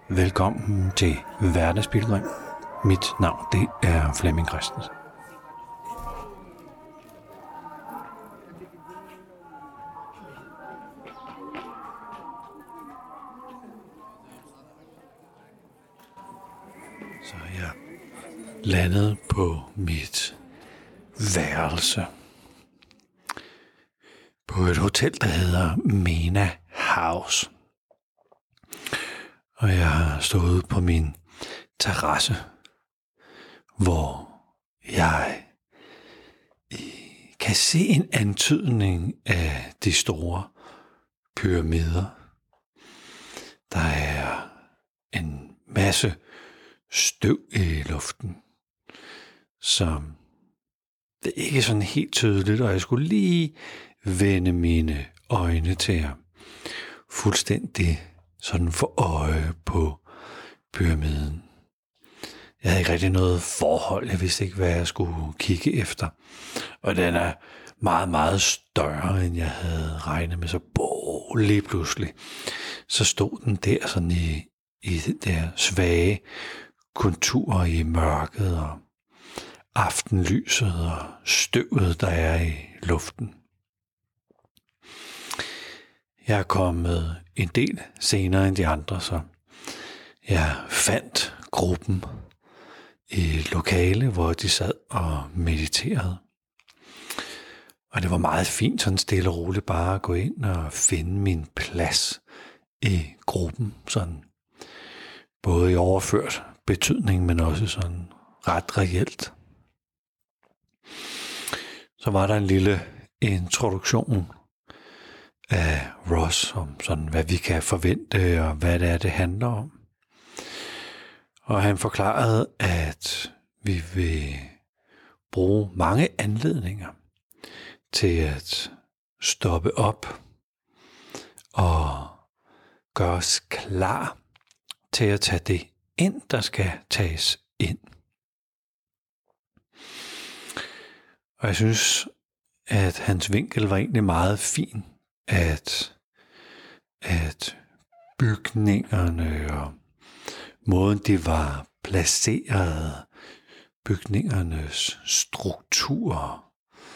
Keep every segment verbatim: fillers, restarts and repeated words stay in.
Velkommen til Hverdagspilgrim. Mit navn det er Flemming Christensen. Så jeg landede på mit værelse på et hotel, der hedder Mena House. Og jeg har stået på min terrasse, hvor jeg kan se en antydning af de store pyramider. Der er en masse støv i luften, som det er ikke sådan helt tydeligt, og jeg skulle lige vende mine øjne til at fuldstændig sådan få øje på pyramiden. Jeg havde ikke rigtig noget forhold, jeg vidste ikke, hvad jeg skulle kigge efter. Og den er meget, meget større, end jeg havde regnet med. Så boh, lige pludselig, så stod den der sådan i, i den der svage konturer i mørket og aftenlyset og støvet, der er i luften. Jeg er kommet en del senere end de andre, så jeg fandt gruppen i et lokale, hvor de sad og mediterede. Og det var meget fint, sådan stille og roligt, bare at gå ind og finde min plads i gruppen. Sådan både i overført betydning, men også sådan ret reelt. Så var der en lille introduktion af Ross om sådan, hvad vi kan forvente og hvad det er, det handler om. Og han forklarede, at vi vil bruge mange anledninger til at stoppe op og gøre os klar til at tage det ind, der skal tages ind. Og jeg synes, at hans vinkel var egentlig meget fin, at, at bygningerne og måden, de var placeret, bygningernes struktur,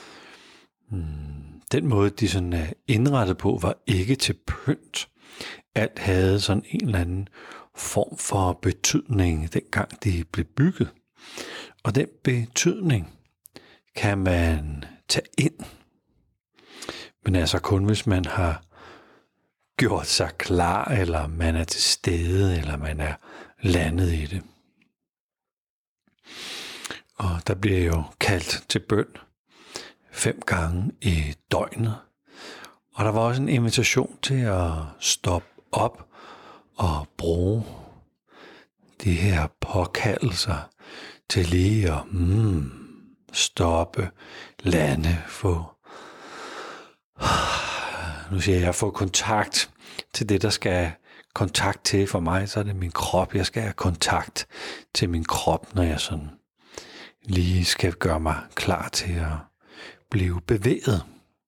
den måde, de sådan er indrettet på, var ikke til pynt. Alt havde sådan en eller anden form for betydning, dengang de blev bygget. Og den betydning kan man tage ind, men altså kun hvis man har gjort sig klar, eller man er til stede, eller man er landet i det. Og der bliver jo kaldt til bøn fem gange i døgnet. Og der var også en invitation til at stoppe op og bruge de her påkaldelser til lige at mm, stoppe, lande, få nu siger jeg, få kontakt til det, der skal kontakt til for mig, så er det min krop. Jeg skal have kontakt til min krop, når jeg sådan lige skal gøre mig klar til at blive bevæget.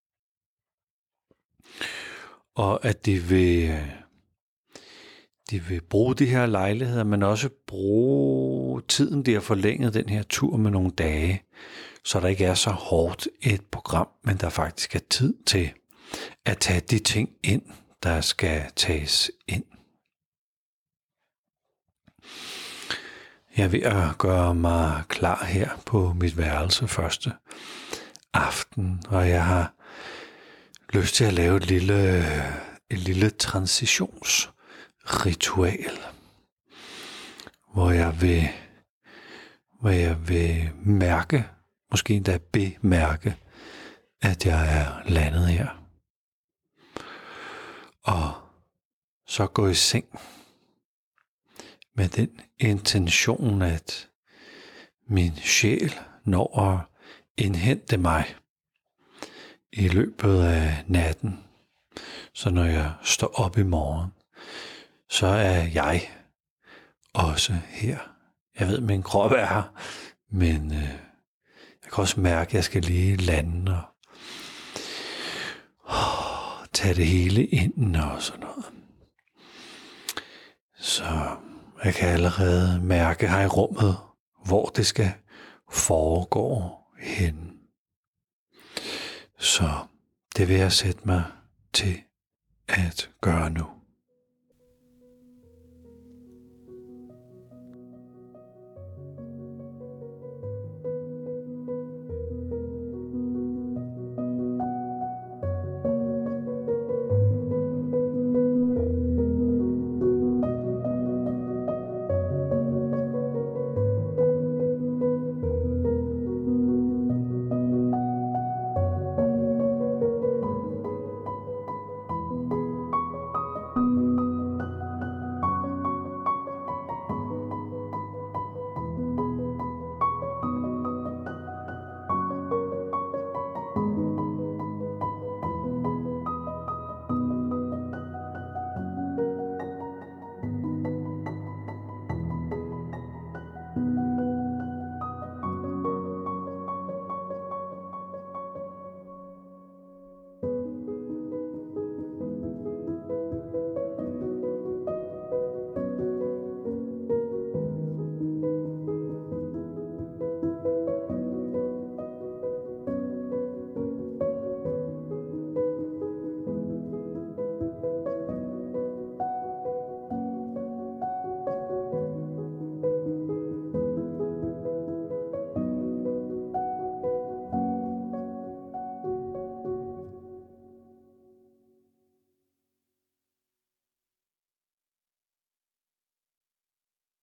Og at de vil, de vil bruge de her lejligheder, men også bruge tiden, de har forlænget den her tur med nogle dage, så der ikke er så hårdt et program, men der faktisk er tid til at tage de ting ind, der skal tages ind. Jeg er ved at gøre mig klar her på mit værelse første aften, og jeg har lyst til at lave et lille, et lille transitionsritual, hvor jeg vil, hvor jeg vil mærke, måske endda bemærke, at jeg er landet her. Og så gå i seng med den intention, at min sjæl når at indhente mig i løbet af natten. Så når jeg står op i morgen, så er jeg også her. Jeg ved, at min krop er her, men øh, jeg kan også mærke, at jeg skal lige lande og tage det hele ind og sådan noget. Så Jeg kan allerede mærke her i rummet, hvor det skal foregå hen. Så det vil jeg sætte mig til at gøre nu.